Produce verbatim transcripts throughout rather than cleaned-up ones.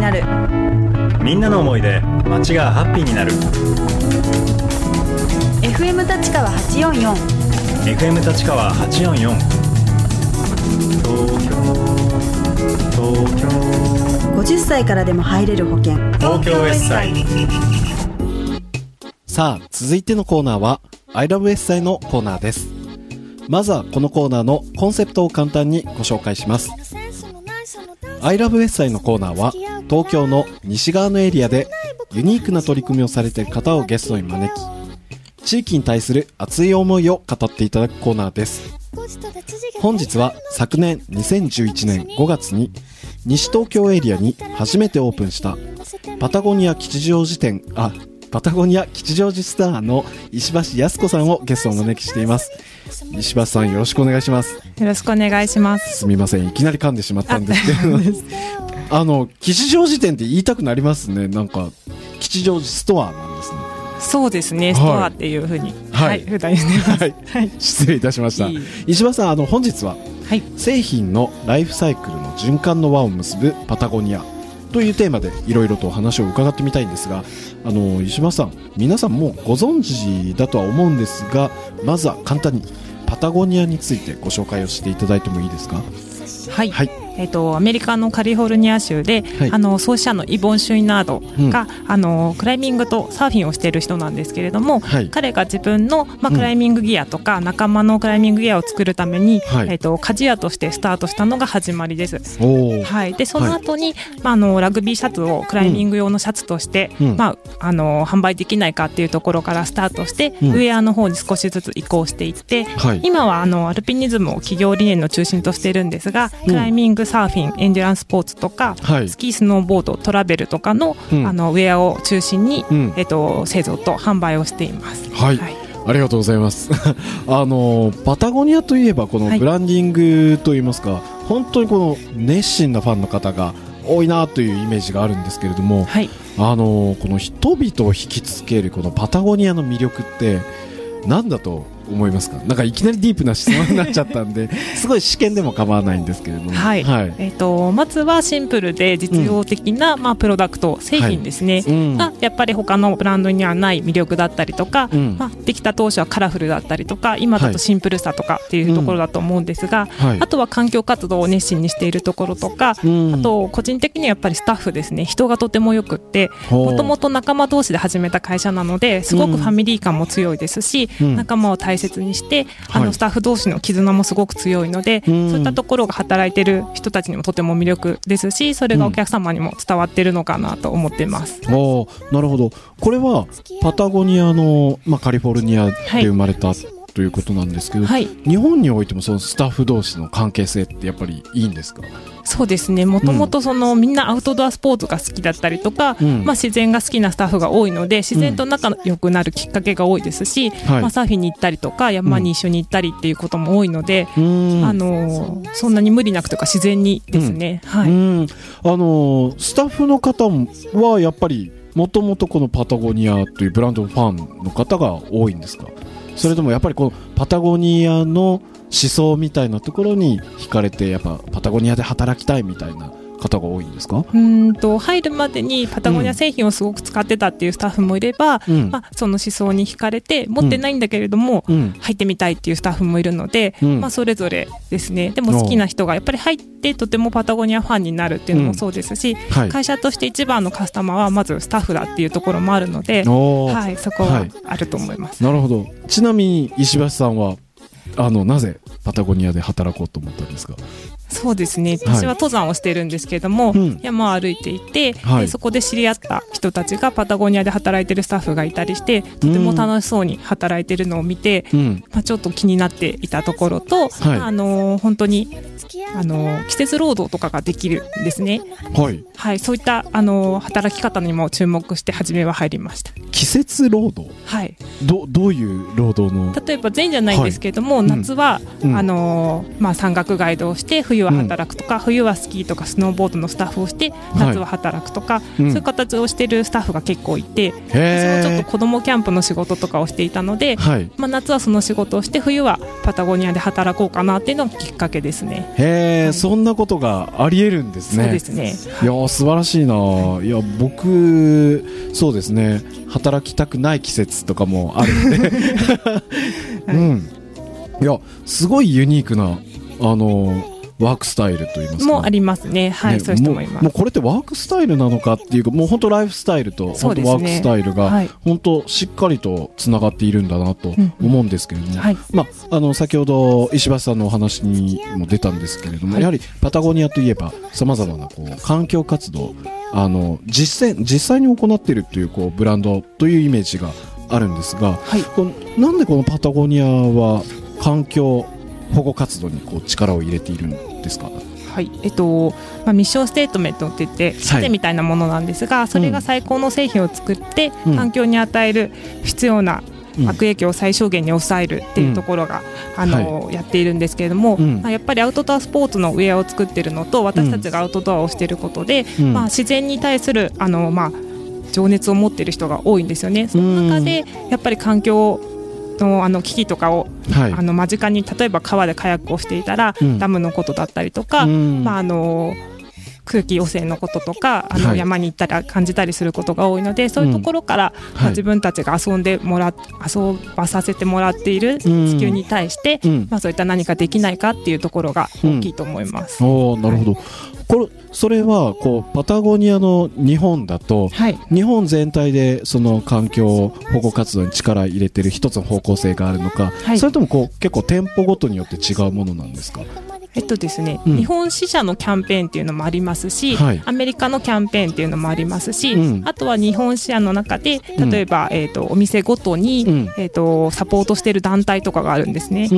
なる。 みんなの思いで街がハッピーになる。 エフエム 立川はちよんよんエフエム 立川はちよんよん。東京東京ごじゅっさいからでも入れる保険、 東京エッサイ。 さあ続いてのコーナーは I love エッサイのコーナーです。まずはこのコーナーのコンセプトを簡単にご紹介します。 I love エッサイのコーナーは東京の西側のエリアでユニークな取り組みをされている方をゲストに招き、地域に対する熱い思いを語っていただくコーナーです。本日は昨年にせんじゅういちねんごがつに西東京エリアに初めてオープンしたパタゴニア吉祥寺店あパタゴニア吉祥寺スターの石橋康子さんをゲストにお招きしています。石橋さん、よろしくお願いします。 よろしくお願いします。 すみません、いきなり噛んでしまったんですけどあの吉祥寺店って言いたくなりますね。なんか吉祥寺ストアなんですね。 そうですね、ストアっていうふうに、 はい、 はい、普段言ってます、 はいはい、失礼いたしました。 いい石橋さん、あの本日は、 はい、 製品のライフサイクルの循環の輪を結ぶパタゴニアというテーマでいろいろとお話を伺ってみたいんですが、あの石橋さん、皆さんもうご存知だとは思うんですが、まずは簡単にパタゴニアについてご紹介をしていただいてもいいですか？ はい、 はい、 えー、とアメリカのカリフォルニア州で、 はい、 あの創始者のイボン・シュイナードが、うん、あのクライミングとサーフィンをしている人なんですけれども、はい、彼が自分の、まあ、クライミングギアとか、うん、仲間のクライミングギアを作るために、はい、えー、と鍛冶屋としてスタートしたのが始まりです。はい、でその後に、はい、まあ、あのラグビーシャツをクライミング用のシャツとして、うん、まあ、あの販売できないかっていうところからスタートして、うん、ウェアの方に少しずつ移行していって、はい、今はあのアルピニズムを企業理念の中心としているんですが、クライミング、サーフィン、エンデュランススポーツとか、はい、スキースノーボード、トラベルとか の,、うん、あのウェアを中心に、うん、えっと、製造と販売をしています。 はい、はい、ありがとうございますあのパタゴニアといえばこのブランディングといいますか、はい、本当にこの熱心なファンの方が多いなというイメージがあるんですけれども、はい、あのこの人々を引きつけるこのパタゴニアの魅力って何だと思いますか？なんかいきなりディープな質問になっちゃったんですごい試験でも構わないんですけれども、 はいはい、えー、とまずはシンプルで実用的な、うん、まあ、プロダクト製品ですね、はい、うん、がやっぱり他のブランドにはない魅力だったりとか、うん、まあ、できた当初はカラフルだったりとか、今だとシンプルさとかっていうところだと思うんですが、はい、あとは環境活動を熱心にしているところとか、うん、あと個人的にはやっぱりスタッフですね。人がとてもよくって、もともと仲間同士で始めた会社なのですごくファミリー感も強いですし、うん、仲間を大切にして、あのスタッフ同士の絆もすごく強いので、はい、そういったところが働いている人たちにもとても魅力ですし、それがお客様にも伝わっているのかなと思っています。 うん、おー、なるほど。これはパタゴニアの、まあ、カリフォルニアで生まれた、はい、ということなんですけど、はい、日本においてもそのスタッフ同士の関係性ってやっぱりいいんですか？ そうですね、もともとその、うん、みんなアウトドアスポーツが好きだったりとか、うん、まあ、自然が好きなスタッフが多いので自然と仲良くなるきっかけが多いですし、うん、まあ、サーフィンに行ったりとか山に一緒に行ったりっていうことも多いので、うん、あのー、そんなに無理なくというか自然にですね、うん、はい、うん、 あのー、スタッフの方はやっぱりもともとこのパタゴニアというブランドのファンの方が多いんですか？それともやっぱりこのパタゴニアの思想みたいなところに惹かれて、やっぱパタゴニアで働きたいみたいな方が多いんですか？ うんと入るまでにパタゴニア製品をすごく使ってたっていうスタッフもいれば、うん、まあ、その思想に惹かれて持ってないんだけれども、うん、入ってみたいっていうスタッフもいるので、うん、まあ、それぞれですね。でも好きな人がやっぱり入ってとてもパタゴニアファンになるっていうのもそうですし、うん、はい、会社として一番のカスタマーはまずスタッフだっていうところもあるので、はい、そこはあると思います。 はい、なるほど。ちなみに石橋さんはあのなぜパタゴニアで働こうと思ったんですか？ そうですね、私は登山をしているんですけれども、はい、山を歩いていて、はい、でそこで知り合った人たちがパタゴニアで働いているスタッフがいたりして、とても楽しそうに働いているのを見て、うん、まあ、ちょっと気になっていたところと、はい、あのー、本当にあのー、季節労働とかができるんですね。はいはい、そういった、あのー、働き方にも注目して初めは入りました。 季節労働、 はい、 ど, どういう労働の？ 例えば全員じゃないんですけれども、はい、夏は、うん、あのーまあ、山岳ガイドをして、冬冬は働くとか、うん、冬はスキーとかスノーボードのスタッフをして夏は働くとか、はい、そういう形をしているスタッフが結構いて、うん、私もちょっと子どもキャンプの仕事とかをしていたので、はいまあ、夏はその仕事をして冬はパタゴニアで働こうかなっていうのがきっかけですね。 へー、はい、そんなことがありえるんですね。 そうですね、 いや素晴らしいな、はい、いや僕そうですね働きたくない季節とかもあるんで、はいうん、いやすごいユニークなあのワークスタイルといいますかもありますね。はい、ね、そういう人もいます。 もう、もうこれってワークスタイルなのかっていうかもう本当ライフスタイルと本当ワークスタイルが本当しっかりとつながっているんだなと思うんですけれども、うんうんはいまあ、あの先ほど石橋さんのお話にも出たんですけれども、はい、やはりパタゴニアといえばさまざまなこう環境活動あの 実践実際に行っているという、こうブランドというイメージがあるんですが、はい、このなんでこのパタゴニアは環境保護活動にこう力を入れているんですか。 はいえっとまあ、ミッションステートメントっていって盾みたいなものなんですが、はい、それが最高の製品を作って、うん、環境に与える必要な悪影響を最小限に抑えるっていうところが、うん、あのはい、やっているんですけれども、うんまあ、やっぱりアウトドアスポーツのウェアを作っているのと私たちがアウトドアをしていることで、うんまあ、自然に対するあの、まあ、情熱を持っている人が多いんですよね。その中でやっぱり環境の, あの危機とかを、はい、あの間近に例えば川でカヤックをしていたら、うん、ダムのことだったりとか、うんまあ、あの空気汚染のこととかあの、はい、山に行ったら感じたりすることが多いのでそういうところから、うんまあ、自分たちが遊んでもら遊ばさせてもらっている地球に対して、うんまあ、そういった何かできないかっていうところが大きいと思います、 うん、おなるほど、はいこれそれはこうパタゴニアの日本だと、はい、日本全体でその環境保護活動に力を入れている一つの方向性があるのか、はい、それともこう結構店舗ごとによって違うものなんですか。 えっとですね、うん、日本支社のキャンペーンっていうのもありますし、はい、アメリカのキャンペーンっていうのもありますし、うん、あとは日本支社の中で例えば、うんえー、とお店ごとに、うんえー、とサポートしている団体とかがあるんですね、うん、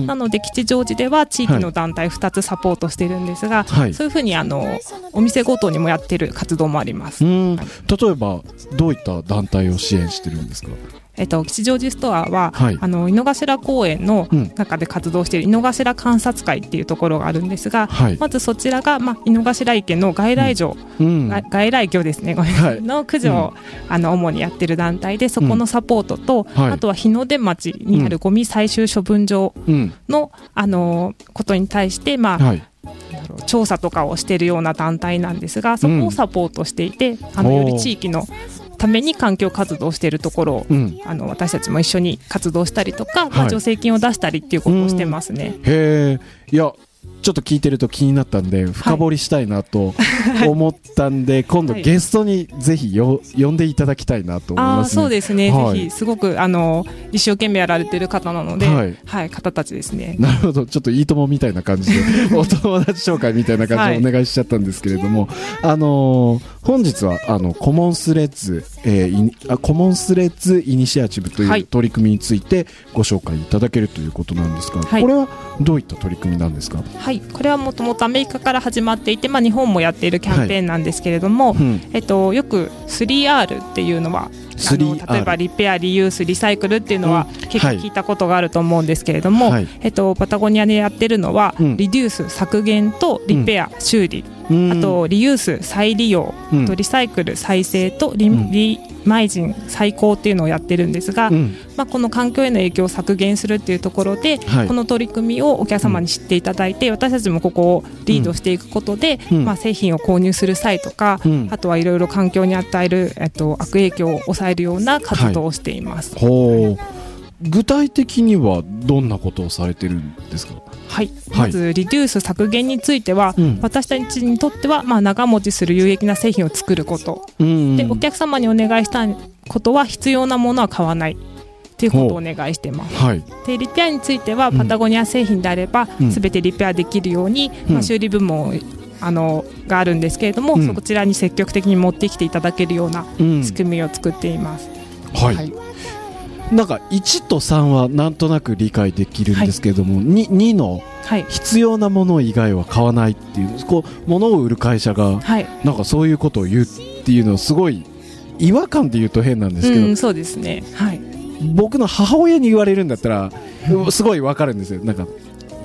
なので吉祥寺では地域の団体ふたつサポートしているんですが、はい、そういうふうにあのお店ごとにもやっている活動もあります。 うんはい、例えばどういった団体を支援してるんですか。 えっと、吉祥寺ストアは、はい、あの井の頭公園の中で活動している井の頭観察会っていうところがあるんですが、はい、まずそちらが、まあ、井の頭池の外来魚、うん、外来魚ですねごめんなさい、はい、の駆除を、うん、あの主にやっている団体でそこのサポートと、うん、あとは日の出町にあるゴミ最終処分場の、うん、あのことに対して、まあはい調査とかをしているような団体なんですがそこをサポートしていて、うん、あのより地域のために環境活動しているところを、うん、あの私たちも一緒に活動したりとか、はいまあ、助成金を出したりっていうことをしてますね。 へーいやちょっと聞いてると気になったんで深掘りしたいなと思ったんで、はい、今度ゲストにぜひよ呼んでいただきたいなと思いますね。 あそうですね、はい、ぜひすごくあの一生懸命やられている方なので、はいはい、方たちですね。 なるほどちょっといいともみたいな感じでお友達紹介みたいな感じでお願いしちゃったんですけれども、はい、あのー、本日はあのコモンスレッズ、えー、あコモンスレッズイニシアチブという取り組みについてご紹介いただけるということなんですが、はい、これはどういった取り組みなんですか。 はい、これはもともとアメリカから始まっていて、まあ、日本もやっているキャンペーンなんですけれども、はいうんえっと、よく スリーアール っていうのはあの例えばリペア、リユース、リサイクルっていうのは結構聞いたことがあると思うんですけれども、はいえっと、パタゴニアでやってるのは、うん、リデュース削減とリペア、うん、修理あとリユース再利用、うん、とリサイクル再生と リ,、うん、リマイジン再興っていうのをやってるんですが、うんまあ、この環境への影響を削減するっていうところで、はい、この取り組みをお客様に知っていただいて、うん、私たちもここをリードしていくことで、うんまあ、製品を購入する際とか、うん、あとはいろいろ環境に与える、えっと、悪影響を抑えるような活動をしています。 はい、ほう具体的にはどんなことをされてるんですか。 はい、まずリデュース削減については、うん、私たちにとっては、まあ、長持ちする有益な製品を作ること、うん、でお客様にお願いしたことは必要なものは買わないということをお願いしています、はい、でリペアについてはパタゴニア製品であれば、うん、全てリペアできるように、うんまあ、修理部門をあのがあるんですけれども、うん、そちらに積極的に持ってきていただけるような仕組みを作っています、 うんはいはいなんかいちとさんはなんとなく理解できるんですけれども、はい、に, にの必要なもの以外は買わないっていう、こう物を売る会社がなんかそういうことを言うっていうのはすごい違和感で言うと変なんですけど、 うん、そうですね、はい、 僕の母親に言われるんだったらすごい分かるんですよ。なんか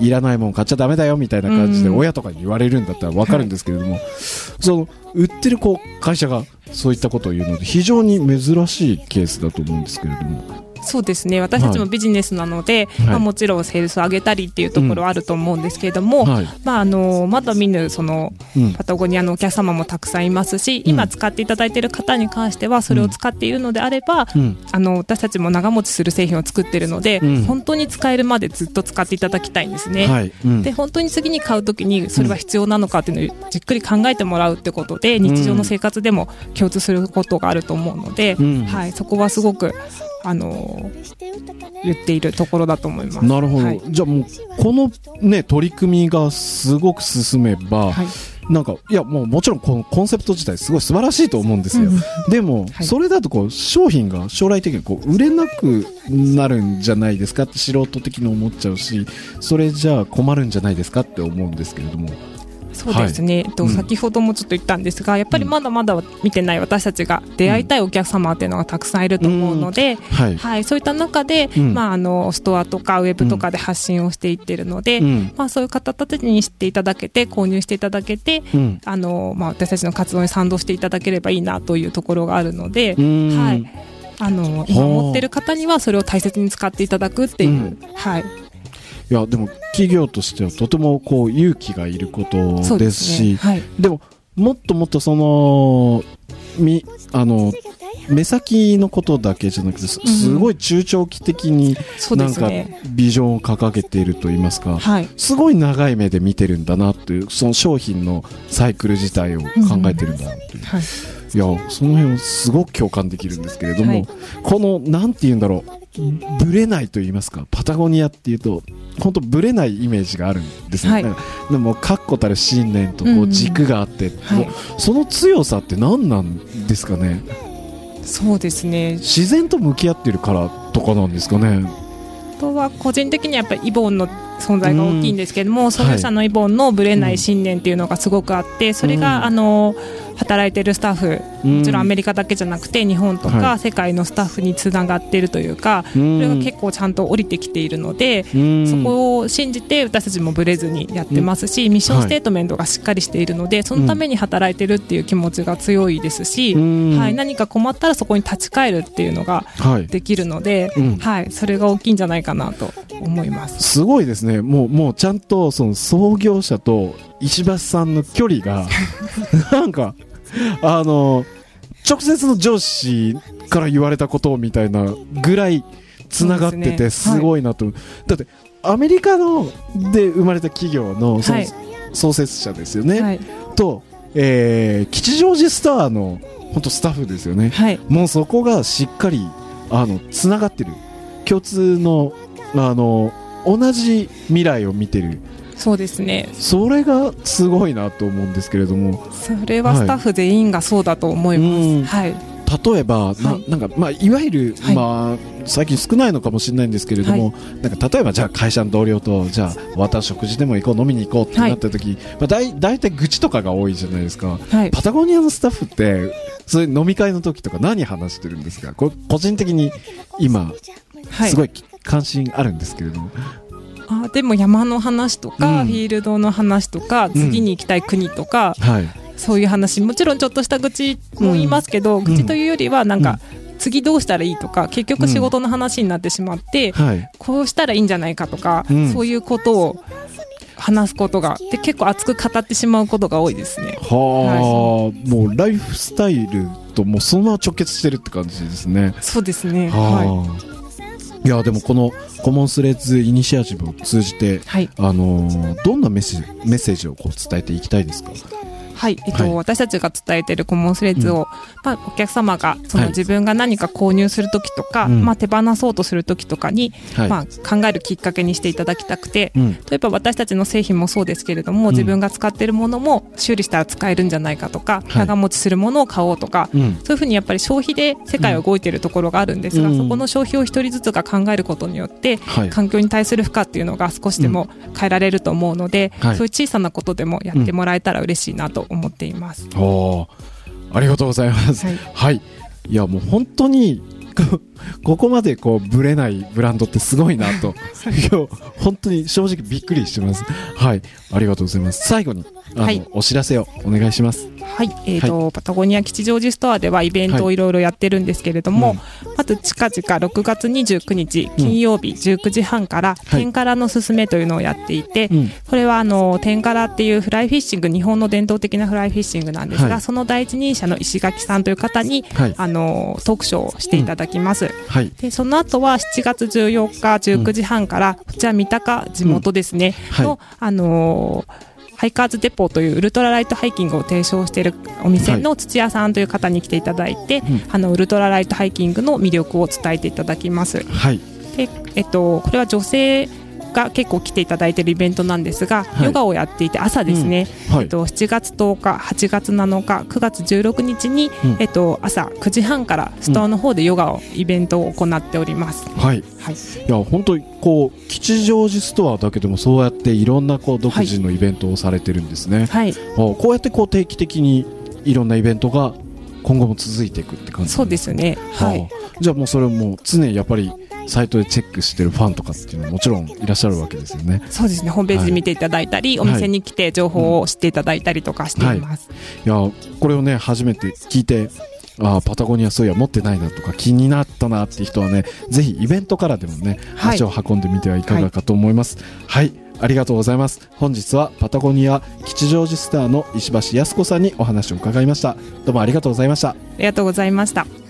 いらないもん買っちゃダメだよみたいな感じで親とかに言われるんだったら分かるんですけれども、はい、その売ってるこう会社がそういったことを言うので非常に珍しいケースだと思うんですけれども。 そうですね、私たちもビジネスなので、はい、まあ、もちろんセールスを上げたりっていうところはあると思うんですけれども、うん、はい、まあ、あのまだ見ぬその、うん、パタゴニアのお客様もたくさんいますし、うん、今使っていただいている方に関してはそれを使っているのであれば、うん、あの私たちも長持ちする製品を作っているので、うん、本当に使えるまでずっと使っていただきたいんですね、はい、うん、で本当に次に買うときにそれは必要なのかっていうのをじっくり考えてもらうってことで、日常の生活でも共通することがあると思うので、うん、はい、そこはすごくあの言っているところだと思います。 なるほど、はい、じゃあもうこの、ね、取り組みがすごく進めば、はい、なんかいやもうもちろんこのコンセプト自体すごい素晴らしいと思うんですよ、うん、でも、はい、それだとこう商品が将来的にこう売れなくなるんじゃないですかって素人的に思っちゃうし、それじゃあ困るんじゃないですかって思うんですけれども。 そうですね、はい、えっと、先ほどもちょっと言ったんですが、やっぱりまだまだ見てない私たちが出会いたいお客様っていうのがたくさんいると思うので、うん、はいはい、そういった中で、うん、まあ、あのストアとかウェブとかで発信をしていっているので、うん、まあ、そういう方たちに知っていただけて購入していただけて、うん、あのまあ、私たちの活動に賛同していただければいいなというところがあるので、うん、はい、あの今持っている方にはそれを大切に使っていただくっていう、うん、はい、 いやでも企業としてはとてもこう勇気がいることですし、で, す、ね、はい、でももっともっとそのみあの目先のことだけじゃなくて す, すごい中長期的になんかビジョンを掲げていると言いますか、はい、すごい長い目で見てるんだなという、その商品のサイクル自体を考えてるんだなという、うん、はい、いやその辺をすごく共感できるんですけれども、はい、このなんて言うんだろう、ブレないと言いますか、パタゴニアっていうと本当ブレないイメージがあるんですね、はい、でも確固たる信念とこう軸があって、うんうん、はい、その強さって何なんですかね。 そうですね、 自然と向き合っているからとかなんですかね。 あとは個人的にはやっぱりイボンの存在が大きいんですけども、創業者のイボンのブレない信念っていうのがすごくあって、それがあの働いているスタッフ、もちろんアメリカだけじゃなくて日本とか世界のスタッフにつながっているというか、それが結構ちゃんと降りてきているので、そこを信じて私たちもブレずにやってますし、ミッションステートメントがしっかりしているので、そのために働いているっていう気持ちが強いですし、はい、何か困ったらそこに立ち返るっていうのができるので、はい、それが大きいんじゃないかなと思います。 すごいですね。もう、もうちゃんとその創業者と石橋さんの距離がなんかあの直接の上司から言われたことみたいなぐらいつながっててすごいなと、はい、だってアメリカので生まれた企業のその創設者ですよね、はい、と、えー、吉祥寺スターの本当スタッフですよね、はい、もうそこがしっかりあのつながってる、共通のあの同じ未来を見てる。 そうですね、 それがすごいなと思うんですけれども、 それはスタッフ全員がそうだと思います、はい、 例えば、はい、ななんかまあ、いわゆる、はい、まあ、最近少ないのかもしれないんですけれども、はい、なんか例えばじゃあ会社の同僚とじゃあまた食事でも行こう飲みに行こうってなった時、はい、まあ、だい大体愚痴とかが多いじゃないですか、はい、パタゴニアのスタッフってそういう飲み会の時とか何話してるんですか。これ個人的に今、はい、すごい関心あるんですけれども。 あでも山の話とか、うん、フィールドの話とか、次に行きたい国とか、うん、はい、そういう話、もちろんちょっとした愚痴も言いますけど、うん、愚痴というよりはなんか、うん、次どうしたらいいとか、結局仕事の話になってしまって、うん、はい、こうしたらいいんじゃないかとか、うん、そういうことを話すことがで結構熱く語ってしまうことが多いですね。はあ、はい、もうライフスタイルともうそのまま直結してるって感じですね。 そうですね、はい、いやでもこのコモンスレッズイニシアチブを通じて、はい、あのー、どんなメッセージ、メッセージをこう伝えていきたいですか。 はい、えっとはい、私たちが伝えているコモンスレッズを、うん、まあ、お客様がその自分が何か購入するときとか、はい、まあ、手放そうとするときとかに、はい、まあ、考えるきっかけにしていただきたくて、うん、例えば私たちの製品もそうですけれども、うん、自分が使っているものも修理したら使えるんじゃないかとか、はい、長持ちするものを買おうとか、うん、そういうふうにやっぱり消費で世界は動いているところがあるんですが、うん、そこの消費を一人ずつが考えることによって、はい、環境に対する負荷っていうのが少しでも変えられると思うので、うん、そういう小さなことでもやってもらえたら嬉しいなと思っています。 お、ありがとうございます、はい、はい、いやもう本当にここまでこうブレないブランドってすごいなと今日本当に正直びっくりしてます。はい、ありがとうございます。最後にあの、はい、お知らせをお願いします。 はい、えーとはい、パタゴニア吉祥寺ストアではイベントをいろいろやってるんですけれども、はい、うん、まず近々ろくがつにじゅうくにち金曜日じゅうくじはんから天からのすすめというのをやっていて、はい、これはあの天からっていうフライフィッシング、日本の伝統的なフライフィッシングなんですが、はい、その第一人者の石垣さんという方に、はい、あのトークショーをしていただきます、うん、はい、でその後はしちがつじゅうよっかじゅうくじはんから、こちら三鷹地元ですね、うん、の、はい、あのーハイカーズデポというウルトラライトハイキングを提唱しているお店の土屋さんという方に来ていただいて、はい、あのウルトラライトハイキングの魅力を伝えていただきます、はい、でえっと、これは女性が結構来ていただいているイベントなんですが、はい、ヨガをやっていて朝ですね、うん、はい、えっと、しちがつとおか、はちがつなのか、くがつじゅうろくにちに、うん、えっと、朝くじはんからストアの方でヨガを、うん、イベントを行っております。はい、はい、いや本当にこう吉祥寺ストアだけでもそうやっていろんなこう独自のイベントをされてるんですね。はい、こうやってこう定期的にいろんなイベントが今後も続いていくって感じですか？ そうですね、はい、 じゃあもうそれも常にやっぱりサイトでチェックしてるファンとかっていうのはもちろんいらっしゃるわけですよね。 そうですね、ホームページで見ていただいたり、はい、お店に来て情報を知っていただいたりとかしています、 はい、いやこれをね初めて聞いて、あパタゴニアそういや持ってないなとか気になったなっていう人はね、ぜひイベントからでもね、はい、足を運んでみてはいかがかと思います。はい、はい、ありがとうございます。本日はパタゴニア吉祥寺スターの石橋康子さんにお話を伺いました。どうもありがとうございました。ありがとうございました。